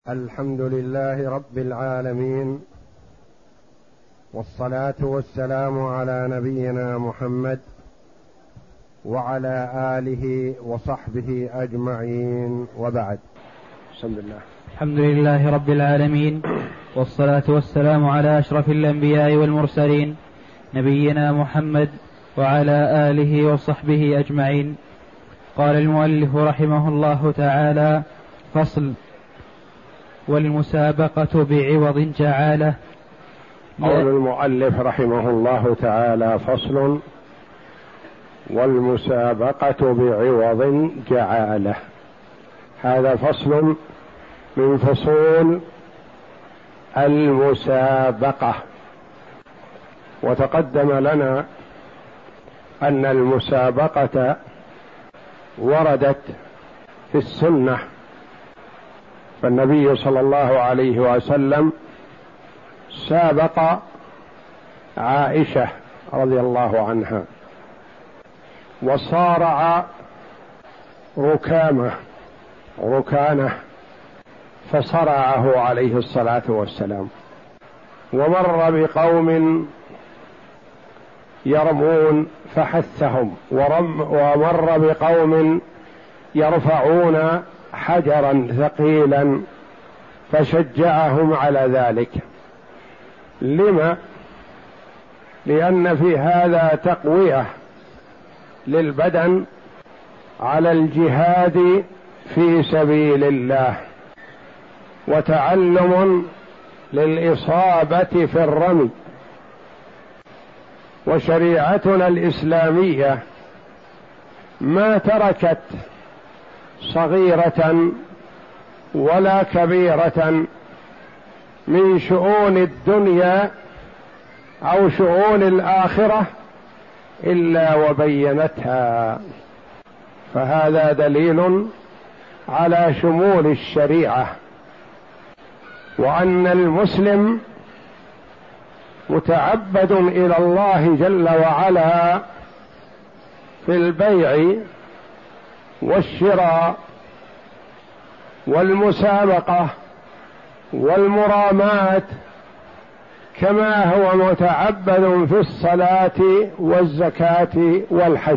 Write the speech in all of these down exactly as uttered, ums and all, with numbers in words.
الحمد لله رب العالمين، والصلاة والسلام على نبينا محمد وعلى آله وصحبه أجمعين، وبعد. بسم الله. الحمد لله رب العالمين، والصلاة والسلام على أشرف الأنبياء والمرسلين نبينا محمد وعلى آله وصحبه أجمعين. قال المؤلف رحمه الله تعالى: فصل: والمسابقة بعوض جعاله. قول المؤلف رحمه الله تعالى: فصل: والمسابقة بعوض جعاله. هذا فصل من فصول المسابقة، وتقدم لنا أن المسابقة وردت في السنة، فالنبي صلى الله عليه وسلم سابق عائشة رضي الله عنها، وصارع ركامه ركانه فصرعه عليه الصلاة والسلام، ومر بقوم يرمون فحثهم، ومر بقوم يرفعون حجرا ثقيلا فشجعهم على ذلك. لما؟ لأن في هذا تقوية للبدن على الجهاد في سبيل الله، وتعلم للإصابة في الرمي. وشريعتنا الإسلامية ما تركت صغيرة ولا كبيرة من شؤون الدنيا أو شؤون الآخرة إلا وبينتها، فهذا دليل على شمول الشريعة، وأن المسلم متعبد إلى الله جل وعلا في البيع والشراء والمسابقة والمرامات، كما هو متعبد في الصلاة والزكاة والحج.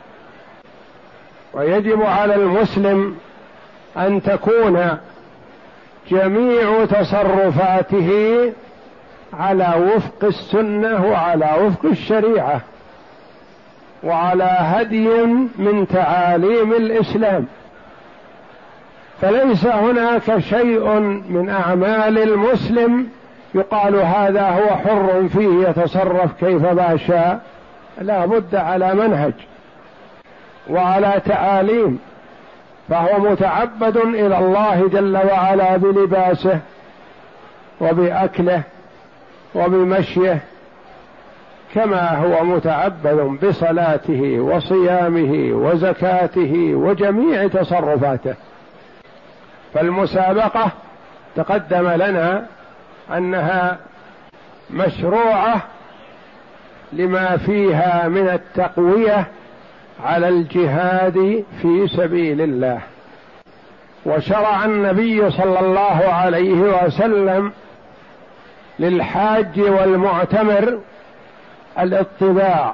ويجب على المسلم أن تكون جميع تصرفاته على وفق السنة وعلى وفق الشريعة وعلى هدي من تعاليم الإسلام، فليس هناك شيء من أعمال المسلم يقال هذا هو حر فيه يتصرف كيف ما شاء، لا بد على منهج وعلى تعاليم، فهو متعبد إلى الله جل وعلا بلباسه وبأكله وبمشيه، كما هو متعبد بصلاته وصيامه وزكاته وجميع تصرفاته. فالمسابقة تقدم لنا أنها مشروعة لما فيها من التقوية على الجهاد في سبيل الله. وشرع النبي صلى الله عليه وسلم للحاج والمعتمر الاطباع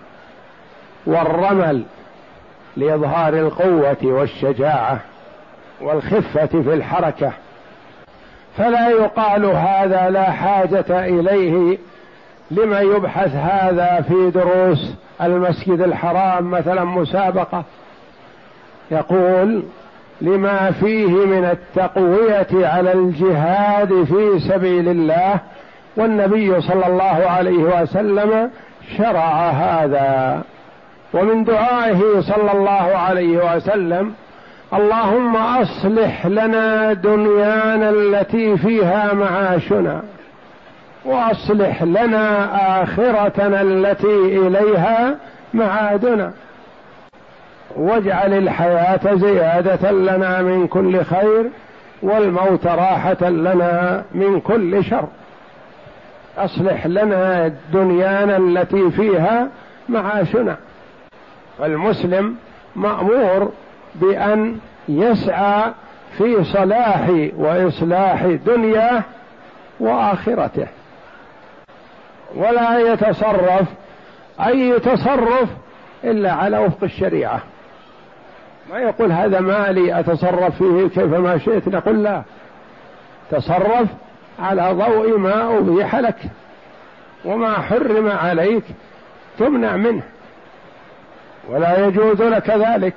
والرمل لإظهار القوة والشجاعة والخفة في الحركة، فلا يقال هذا لا حاجة إليه. لما يبحث هذا في دروس المسجد الحرام مثلا مسابقة؟ يقول لما فيه من التقوية على الجهاد في سبيل الله، والنبي صلى الله عليه وسلم شرع هذا. ومن دعائه صلى الله عليه وسلم: اللهم أصلح لنا دنيانا التي فيها معاشنا، وأصلح لنا آخرتنا التي إليها معادنا، واجعل الحياة زيادة لنا من كل خير، والموت راحة لنا من كل شر. أصلح لنا دنيانا التي فيها معاشنا. فالمسلم مأمور بأن يسعى في صلاح وإصلاح دنياه وآخرته، ولا يتصرف أي تصرف إلا على وفق الشريعة. ما يقول هذا مالي أتصرف فيه كيفما شئت، نقول لا، تصرف على ضوء ما أبيح لك، وما حرم عليك تمنع منه، ولا يجوز لك ذلك.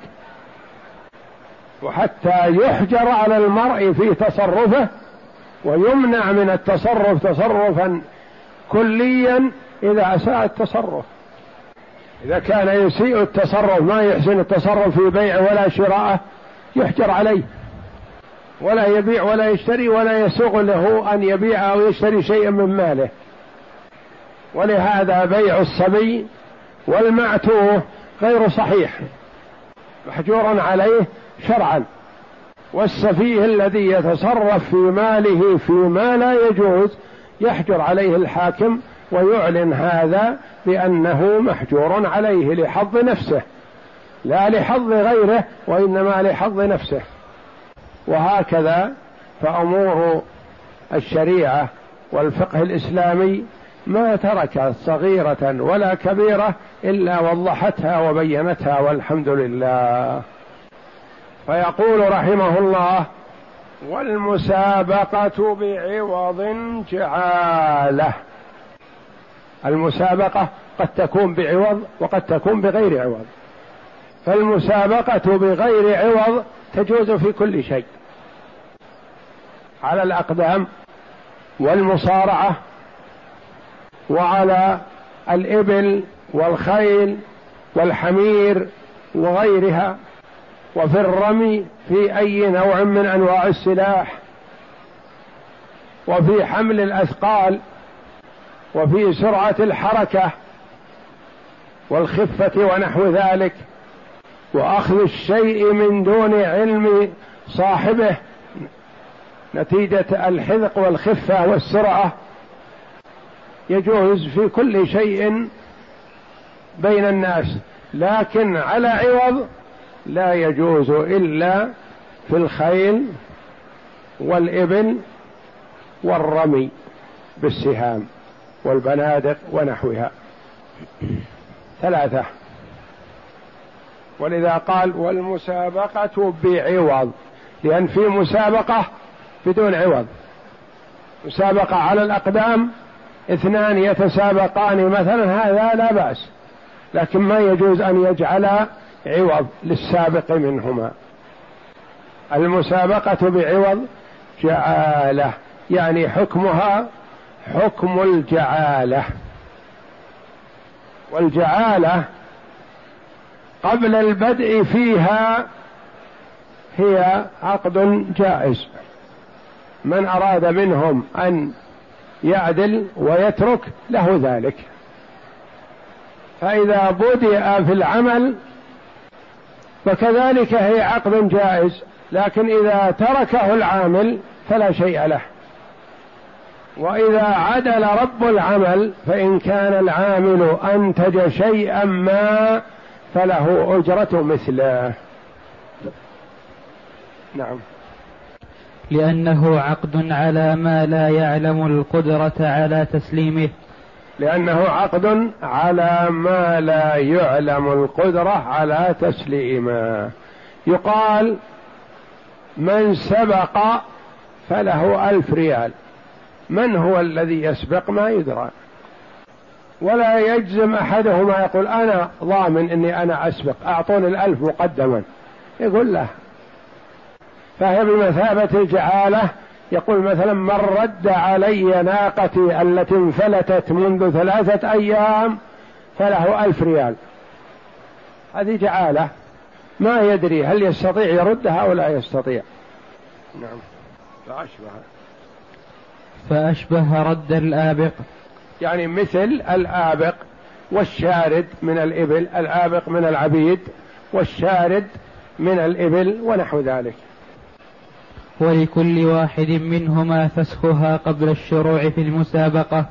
وحتى يحجر على المرء في تصرفه ويمنع من التصرف تصرفا كليا إذا أساء التصرف. إذا كان يسيء التصرف ما يحسن التصرف في بيع ولا شراء يحجر عليه، ولا يبيع ولا يشتري، ولا يسوغ له أن يبيع أو يشتري شيئا من ماله. ولهذا بيع الصبي والمعتوه غير صحيح، محجور عليه شرعا. والسفيه الذي يتصرف في ماله فيما لا يجوز يحجر عليه الحاكم ويعلن هذا بأنه محجور عليه لحظ نفسه، لا لحظ غيره، وإنما لحظ نفسه. وهكذا فأمور الشريعة والفقه الإسلامي ما تركت صغيرة ولا كبيرة إلا وضحتها وبينتها، والحمد لله. فيقول رحمه الله: والمسابقة بعوض جعالة. المسابقة قد تكون بعوض وقد تكون بغير عوض، فالمسابقة بغير عوض تجوز في كل شيء، على الأقدام والمصارعة، وعلى الإبل والخيل والحمير وغيرها، وفي الرمي في أي نوع من أنواع السلاح، وفي حمل الأثقال، وفي سرعة الحركة والخفة ونحو ذلك، وأخذ الشيء من دون علم صاحبه نتيجة الحذق والخفة والسرعة، يجوز في كل شيء بين الناس. لكن على عوض لا يجوز إلا في الخيل والإبل والرمي بالسهام والبنادق ونحوها، ثلاثة. ولذا قال والمسابقة بعوض، لأن في مسابقة بدون عوض، مسابقة على الأقدام، اثنان يتسابقان مثلا، هذا لا بأس، لكن ما يجوز أن يجعل عوض للسابق منهما. المسابقة بعوض جعالة، يعني حكمها حكم الجعالة. والجعالة قبل البدء فيها هي عقد جائز، من أراد منهم أن يعدل ويترك له ذلك. فإذا بدأ في العمل فكذلك هي عقد جائز، لكن إذا تركه العامل فلا شيء له. وإذا عدل رب العمل فإن كان العامل أنتج شيئا ما فله أجرة مثله. نعم. لأنه عقد على ما لا يعلم القدرة على تسليمه. لأنه عقد على ما لا يعلم القدرة على تسليمه. يقال من سبق فله ألف ريال، من هو الذي يسبق ما يدرى، ولا يجزم أحدهما يقول أنا ضامن أني أنا أسبق، أعطوني الألف مقدما، يقول له. فهي بمثابة الجعالة. يقول مثلا من رد علي ناقتي التي انفلتت منذ ثلاثة أيام فله ألف ريال، هذه جعالة، ما يدري هل يستطيع يردها أو لا يستطيع. نعم. فأشبه فأشبه رد الآبق، يعني مثل الآبق والشارد من الإبل، الآبق من العبيد والشارد من الإبل ونحو ذلك. ولكل واحد منهما فسخها قبل الشروع في المسابقة.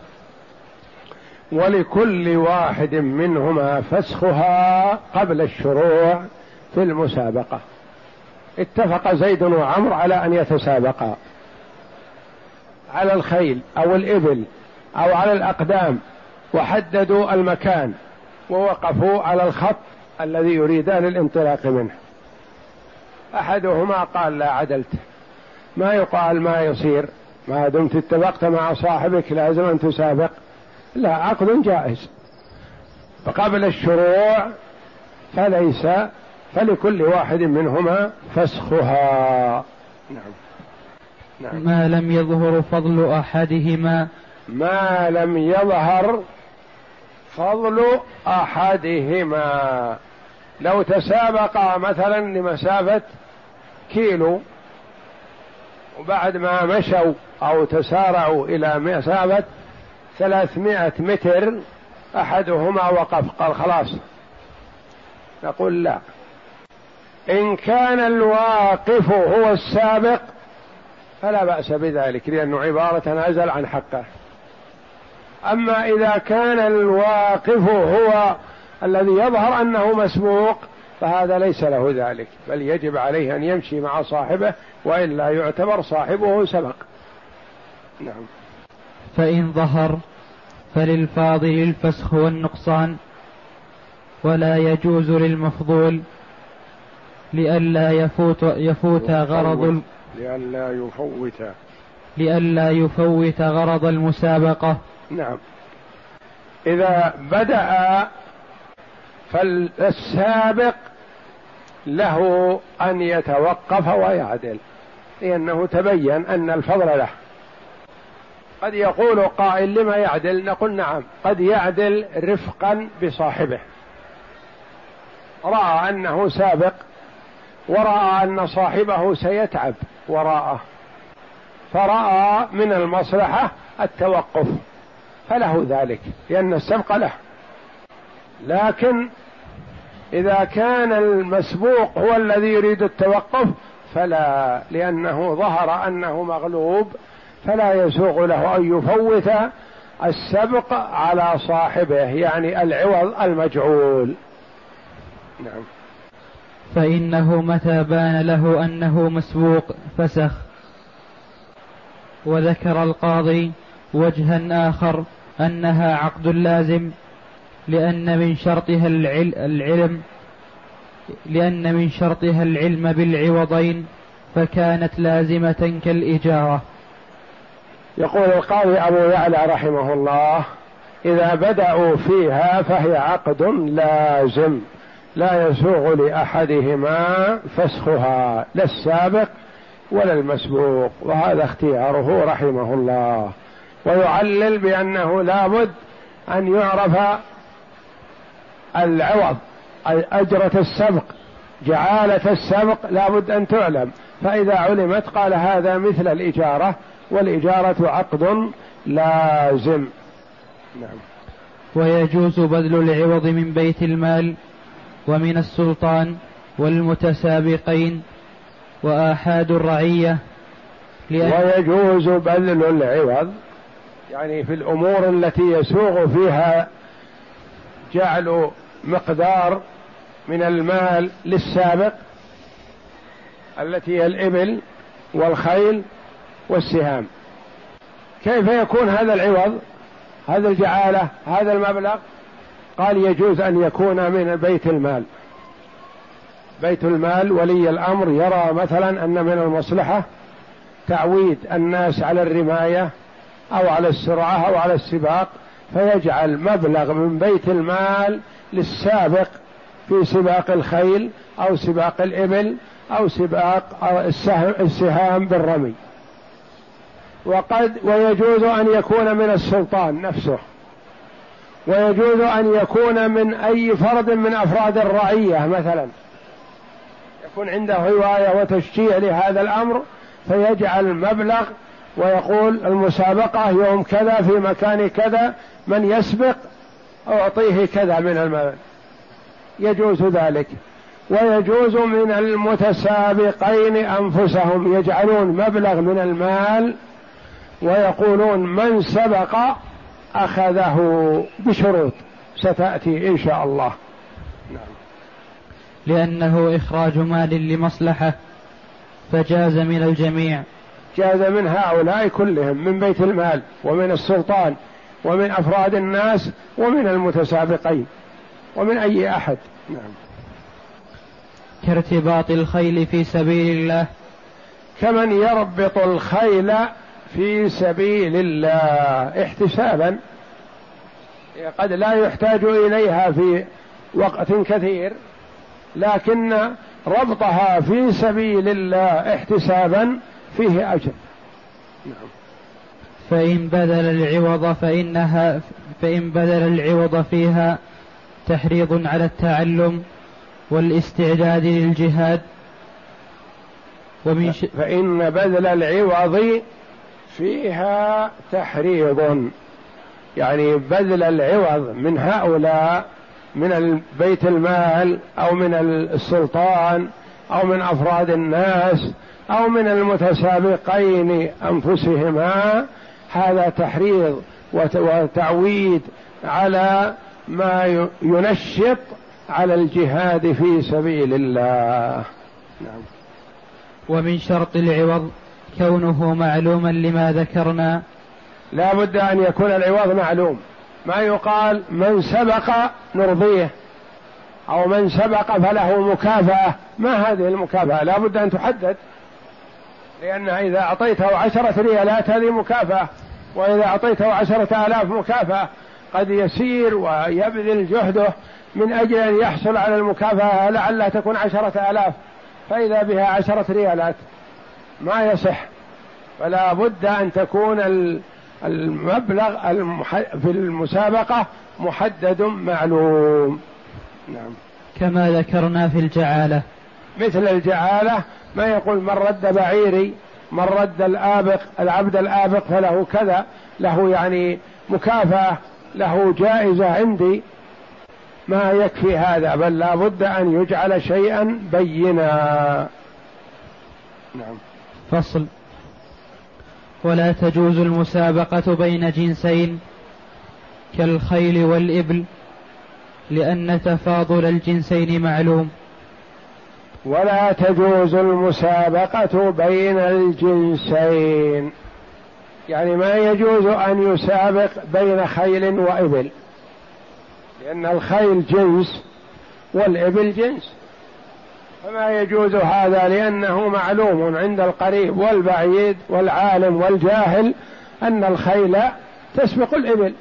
ولكل واحد منهما فسخها قبل الشروع في المسابقة، اتفق زيد وعمرو على أن يتسابقا على الخيل أو الإبل أو على الأقدام، وحددوا المكان ووقفوا على الخط الذي يريدان الانطلاق منه. أحدهما قال لا عدلت، ما يقال ما يصير، ما دمت اتفقت مع صاحبك لازم أن تسابق، لا، عقد جائز. فقبل الشروع فليس فلكل واحد منهما فسخها. نعم. نعم. ما لم يظهر فضل أحدهما ما لم يظهر فضل أحدهما. لو تسابقا مثلا لمسافة كيلو، وبعد ما مشوا أو تسارعوا إلى مسافة ثلاثمائة متر أحدهما وقف قال خلاص، نقول لا، إن كان الواقف هو السابق فلا بأس بذلك، لأنه عبارة نزل عن حقه. أما إذا كان الواقف هو الذي يظهر أنه مسبوق فهذا ليس له ذلك، بل يجب عليه أن يمشي مع صاحبه، وإلا يعتبر صاحبه سبق. نعم. فإن ظهر فللفاضل الفسخ والنقصان، ولا يجوز للمفضول لئلا يفوت يفوت غرض لئلا يفوت لئلا يفوت غرض المسابقة. نعم. إذا بدأ فالسابق له أن يتوقف ويعدل، لأنه تبين أن الفضل له. قد يقول قائل لما يعدل؟ نقول نعم، قد يعدل رفقا بصاحبه، رأى أنه سابق ورأى أن صاحبه سيتعب وراءه، فرأى من المصلحة التوقف فله ذلك، لأن السبق له. لكن إذا كان المسبوق هو الذي يريد التوقف فلا، لأنه ظهر أنه مغلوب، فلا يسوغ له أن يفوت السبق على صاحبه، يعني العوض المجعول. نعم. فإنه متى بان له أنه مسبوق فسخ. وذكر القاضي وجها آخر أنها عقد لازم، لأن من شرطها العلم لأن من شرطها العلم بالعوضين، فكانت لازمة كالإجارة. يقول القاضي أبو يعلى رحمه الله: إذا بدأوا فيها فهي عقد لازم، لا يسوغ لأحدهما فسخها، لا السابق ولا المسبوق، وهذا اختياره رحمه الله. ويعلل بأنه لابد أن يعرف العوض، أجرة السبق، جعالة السبق لابد أن تعلم، فإذا علمت قال هذا مثل الإجارة، والإجارة عقد لازم. نعم. ويجوز بذل العوض من بيت المال ومن السلطان والمتسابقين وآحاد الرعية. ويجوز بذل العوض يعني في الأمور التي يسوغ فيها جعل مقدار من المال للسابق، التي هي الإبل والخيل والسهام. كيف يكون هذا العوض، هذا الجعالة، هذا المبلغ؟ قال يجوز أن يكون من بيت المال. بيت المال ولي الأمر يرى مثلا أن من المصلحة تعويد الناس على الرماية أو على السرعة أو على السباق، فيجعل مبلغ من بيت المال للسابق في سباق الخيل أو سباق الإبل أو سباق السهام بالرمي. وقد ويجوز أن يكون من السلطان نفسه، ويجوز أن يكون من أي فرد من أفراد الرعية، مثلا يكون عنده هواية وتشجيع لهذا الأمر فيجعل مبلغ ويقول المسابقة يوم كذا في مكان كذا، من يسبق أعطيه كذا من المال، يجوز ذلك. ويجوز من المتسابقين أنفسهم يجعلون مبلغ من المال ويقولون من سبق أخذه بشروط ستأتي إن شاء الله. نعم. لأنه إخراج مال لمصلحة فجاز من الجميع. جاز من هؤلاء كلهم، من بيت المال ومن السلطان ومن أفراد الناس ومن المتسابقين ومن أي أحد. نعم. كارتباط الخيل في سبيل الله، كمن يربط الخيل في سبيل الله احتسابا، قد لا يحتاج إليها في وقت كثير، لكن ربطها في سبيل الله احتسابا فيه أجر. نعم. فإن بذل العوض فإنها فإن بذل العوض فيها تحريض على التعلم والاستعداد للجهاد. ومن ش... فإن بذل العوض فيها تحريض، يعني بذل العوض من هؤلاء، من بيت المال أو من السلطان أو من أفراد الناس أو من المتسابقين أنفسهما، هذا تحريض وتعويد على ما ينشط على الجهاد في سبيل الله. نعم. ومن شرط العوض كونه معلوما لما ذكرنا، لا بد أن يكون العوض معلوم، ما يقال من سبق نرضيه أو من سبق فله مكافأة، ما هذه المكافأة؟ لا بد أن تحدد، لأن إذا أعطيته عشرة ريالات هذه مكافأة، وإذا أعطيته عشرة آلاف مكافأة. قد يسير ويبذل جهده من أجل أن يحصل على المكافأة لعلها تكون عشرة آلاف، فإذا بها عشرة ريالات ما يصح. فلا بد أن تكون المبلغ في المسابقة محدد معلوم. نعم. كما ذكرنا في الجعالة، مثل الجعالة ما يقول من رد بعيري، من رد الآبق العبد الآبق فله كذا، له يعني مكافأة، له جائزة عندي، ما يكفي هذا، بل لا بد أن يجعل شيئا بينا. نعم. فصل. ولا تجوز المسابقة بين جنسين كالخيل والإبل، لأن تفاضل الجنسين معلوم. ولا تجوز المسابقة بين الجنسين، يعني ما يجوز أن يسابق بين خيل وإبل، لأن الخيل جنس والإبل جنس، فما يجوز هذا، لأنه معلوم عند القريب والبعيد والعالم والجاهل أن الخيل تسبق الإبل،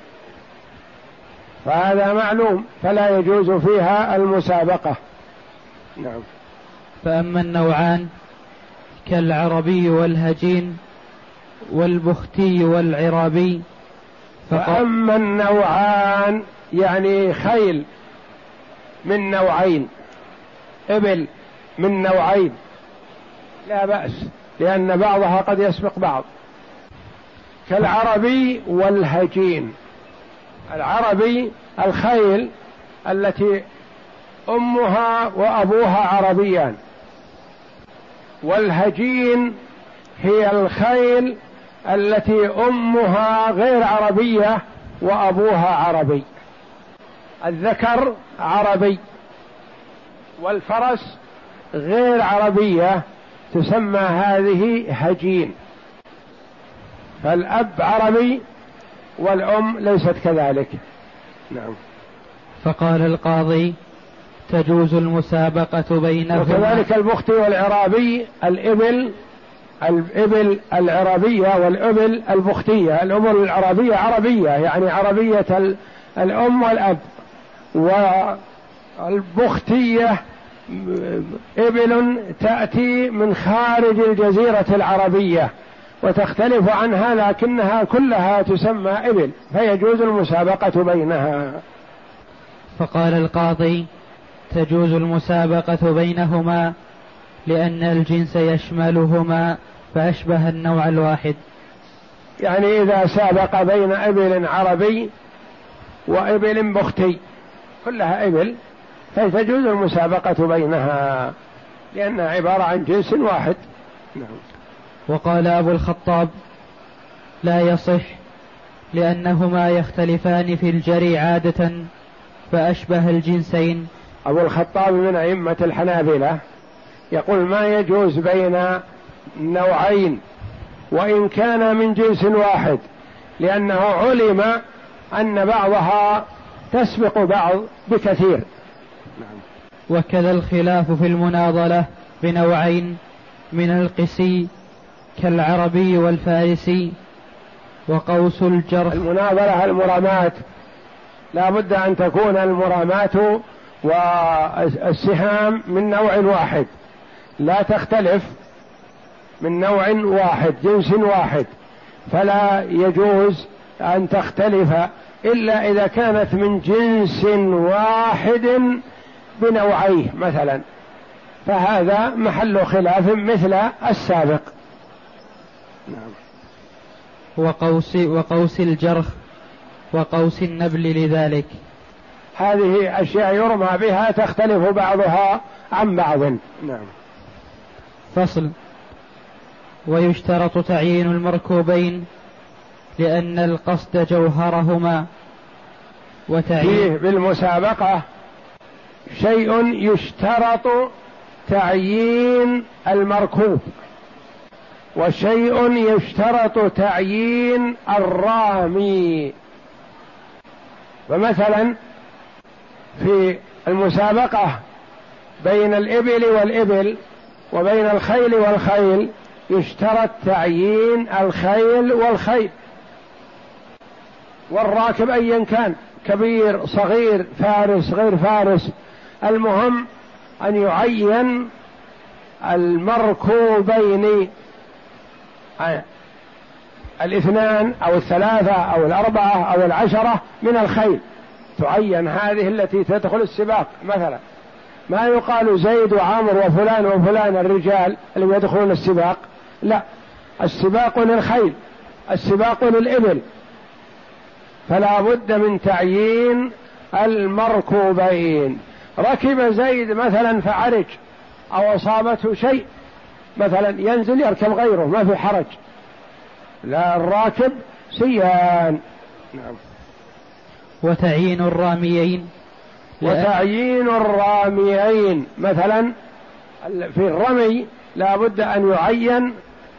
فهذا معلوم، فلا يجوز فيها المسابقة. نعم. فأما النوعان كالعربي والهجين والبختي والعرابي، فأما النوعان يعني خيل من نوعين، إبل من نوعين، لا بأس، لأن بعضها قد يسبق بعض، كالعربي والهجين. العربي الخيل التي أمها وأبوها عربيان، والهجين هي الخيل التي أمها غير عربية وأبوها عربي. الذكر عربي والفرس غير عربية تسمى هذه هجين، فالأب عربي والأم ليست كذلك. نعم. فقال القاضي تجوز المسابقة بينهما. وكذلك البختي والعرابي، الإبل الإبل العربية والإبل البختية. الإبل العربية عربية يعني عربية الأم والأب، والبختية إبل تأتي من خارج الجزيرة العربية وتختلف عنها، لكنها كلها تسمى إبل، فيجوز المسابقة بينها. فقال القاضي تجوز المسابقة بينهما لأن الجنس يشملهما فأشبه النوع الواحد. يعني إذا سابق بين إبل عربي وإبل بختي كلها إبل فتجوز المسابقة بينها لأنها عبارة عن جنس واحد. نعم. وقال أبو الخطاب لا يصح لأنهما يختلفان في الجري عادة فأشبه الجنسين. أبو الخطاب من أئمة الحنابلة يقول ما يجوز بين نوعين وإن كان من جنس واحد، لأنه علم أن بعضها تسبق بعض بكثير. وكذا الخلاف في المناضلة بنوعين من القسي كالعربي والفارسي وقوس الجرح. المناظرة المرامات لا بد أن تكون المرامات والسهام من نوع واحد، لا تختلف، من نوع واحد جنس واحد، فلا يجوز أن تختلف إلا إذا كانت من جنس واحد بنوعيه مثلا، فهذا محل خلاف مثل السابق. نعم. وقوس وقوس الجرح وقوس النبل لذلك. هذه أشياء يرمى بها تختلف بعضها عن بعض. نعم. فصل. ويشترط تعيين المركوبين لأن القصد جوهرهما. وتعيين فيه بالمسابقة شيء يشترط تعيين المركوب، وشيء يشترط تعيين الرامي. فمثلا في المسابقة بين الإبل والإبل وبين الخيل والخيل يشترط تعيين الخيل والخيل، والراكب أيا كان كبير صغير فارس غير فارس، المهم أن يعين المركوبين الاثنان أو الثلاثة أو الأربعة أو العشرة من الخيل، تعين هذه التي تدخل السباق. مثلا ما يقال زيد وعامر وفلان وفلان الرجال اللي يدخلون السباق، لا، السباق للخيل، السباق للإبل، فلا بد من تعيين المركوبين. ركب زيد مثلا فعرج أو أصابته شيء مثلا ينزل يركب غيره ما في حرج، لا، الراكب سيان. نعم. وتعيين الراميين وتعيين الراميين مثلا في الرمي لا بد أن يعين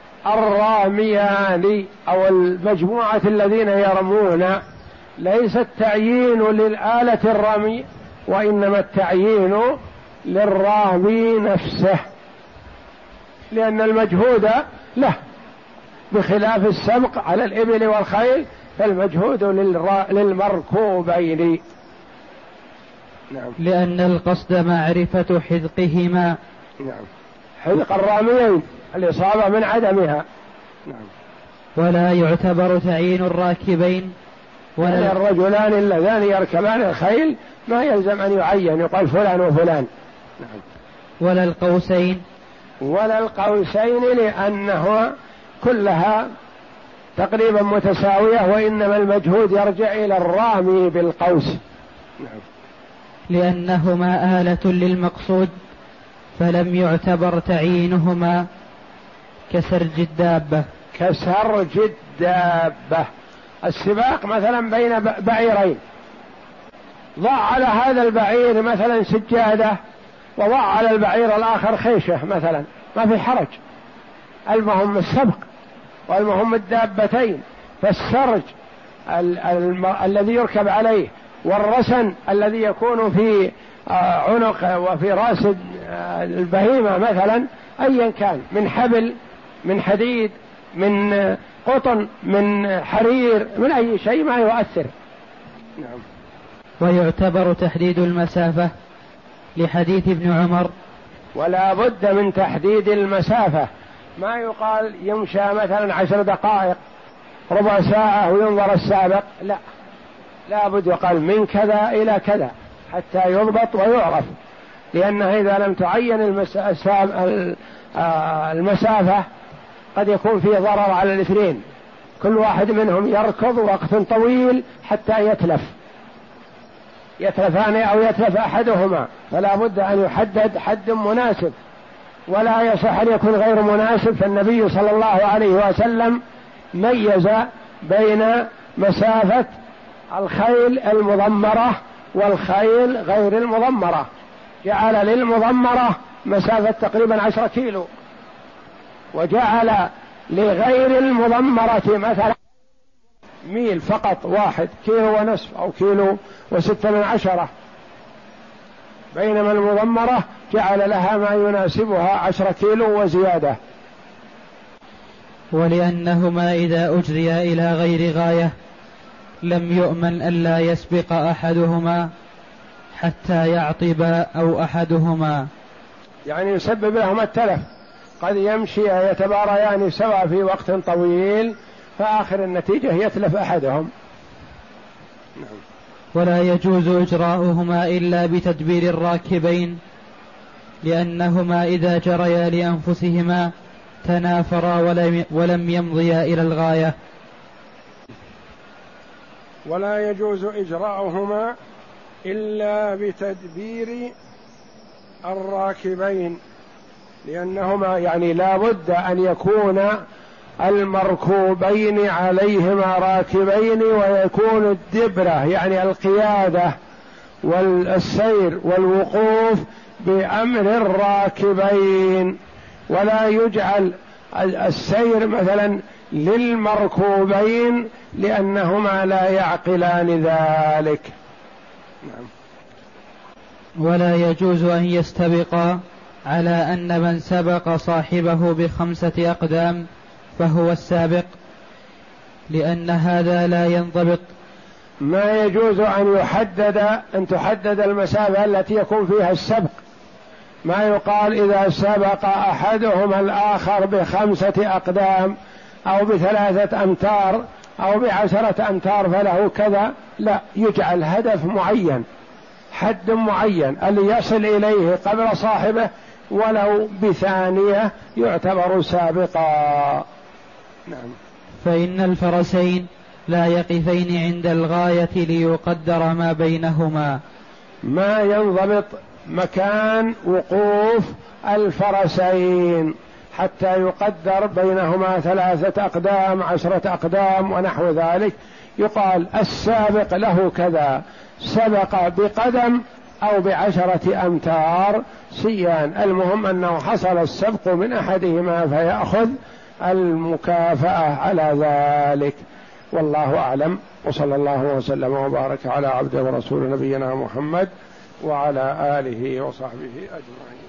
الراميان أو المجموعة الذين يرمون، ليس التعيين للآلة الرمي وإنما التعيين للرامي نفسه، لأن المجهود له، بخلاف السبق على الإبل والخيل فالمجهود للمركوبين. نعم. لأن القصد معرفة حذقهما. نعم. حذق الراميين الإصابة من عدمها. نعم. ولا يعتبر تعيين الراكبين ولا الرجلان اللذان يركبان الخيل ما يلزم أن يعين يقال فلان وفلان. نعم. ولا القوسين ولا القوسين لأنه كلها تقريبا متساوية، وإنما المجهود يرجع إلى الرامي بالقوس. نعم. لأنهما آلة للمقصود فلم يعتبر تعيينهما كسرج الدابة. كسرج الدابة السباق مثلا بين بعيرين، ضع على هذا البعير مثلا سجادة وضع على البعير الآخر خيشة مثلا، ما في حرج، المهم السبق والمهم الدابتين. فالسرج ال- ال- الذي يركب عليه والرسن الذي يكون في عنق وفي رأس البهيمة مثلا أيا كان، من حبل من حديد من قطن من حرير من أي شيء ما يؤثر. نعم. ويعتبر تحديد المسافة لحديث ابن عمر. ولا بد من تحديد المسافة، ما يقال يمشى مثلا عشر دقائق ربع ساعة وينظر السابق، لا، لا بد يقال من كذا إلى كذا حتى يضبط ويعرف، لأنه إذا لم تعين المسافة قد يكون فيه ضرر على الاثنين، كل واحد منهم يركض وقت طويل حتى يتلف يتلفان أو يتلف أحدهما، فلا بد أن يحدد حد مناسب، ولا يصح أن يكون غير مناسب. فالنبي صلى الله عليه وسلم ميز بين مسافة الخيل المضمرة والخيل غير المضمرة، جعل للمضمرة مسافة تقريبا عشرة كيلو وجعل لغير المضمرة مثلا ميل فقط واحد كيلو ونصف أو كيلو وستة من عشرة، بينما المضمرة جعل لها ما يناسبها عشرة كيلو وزيادة. ولأنهما إذا أجريا إلى غير غاية لم يؤمن ألا يسبق أحدهما حتى يعطب أو أحدهما، يعني يسبب لهما التلف، قد يمشي يتباريان سوا في وقت طويل فآخر النتيجة يتلف أحدهم. ولا يجوز إجراؤهما إلا بتدبير الراكبين، لأنهما إذا جريا لأنفسهما تنافرا ولم يمضيا إلى الغاية. ولا يجوز إجراؤهما إلا بتدبير الراكبين، لأنهما يعني لا بد أن يكون المركوبين عليهما راكبين، ويكون الدبرة يعني القيادة والسير والوقوف بأمر الراكبين، ولا يجعل السير مثلا للمركوبين لأنهما لا يعقلان ذلك. نعم. ولا يجوز أن يستبقا على أن من سبق صاحبه بخمسة أقدام فهو السابق، لأن هذا لا ينضبط. ما يجوز أن يحدد أن تحدد المسافة التي يكون فيها السبق، ما يقال إذا سبق أحدهما الآخر بخمسة أقدام أو بثلاثة أمتار أو بعشرة أمتار فله كذا، لا، يجعل هدف معين، حد معين اللي يصل إليه قبل صاحبه ولو بثانية يعتبر سابقا. نعم. فإن الفرسين لا يقفين عند الغاية ليقدر ما بينهما، ما ينضبط مكان وقوف الفرسين حتى يقدر بينهما ثلاثة أقدام عشرة أقدام ونحو ذلك، يقال السابق له كذا، سبق بقدم أو بعشرة أمتار سيان، المهم أنه حصل السبق من أحدهما فيأخذ المكافأة على ذلك. والله أعلم، وصلى الله وسلم وبارك على عبده ورسول نبينا محمد وعلى آله وصحبه أجمعين.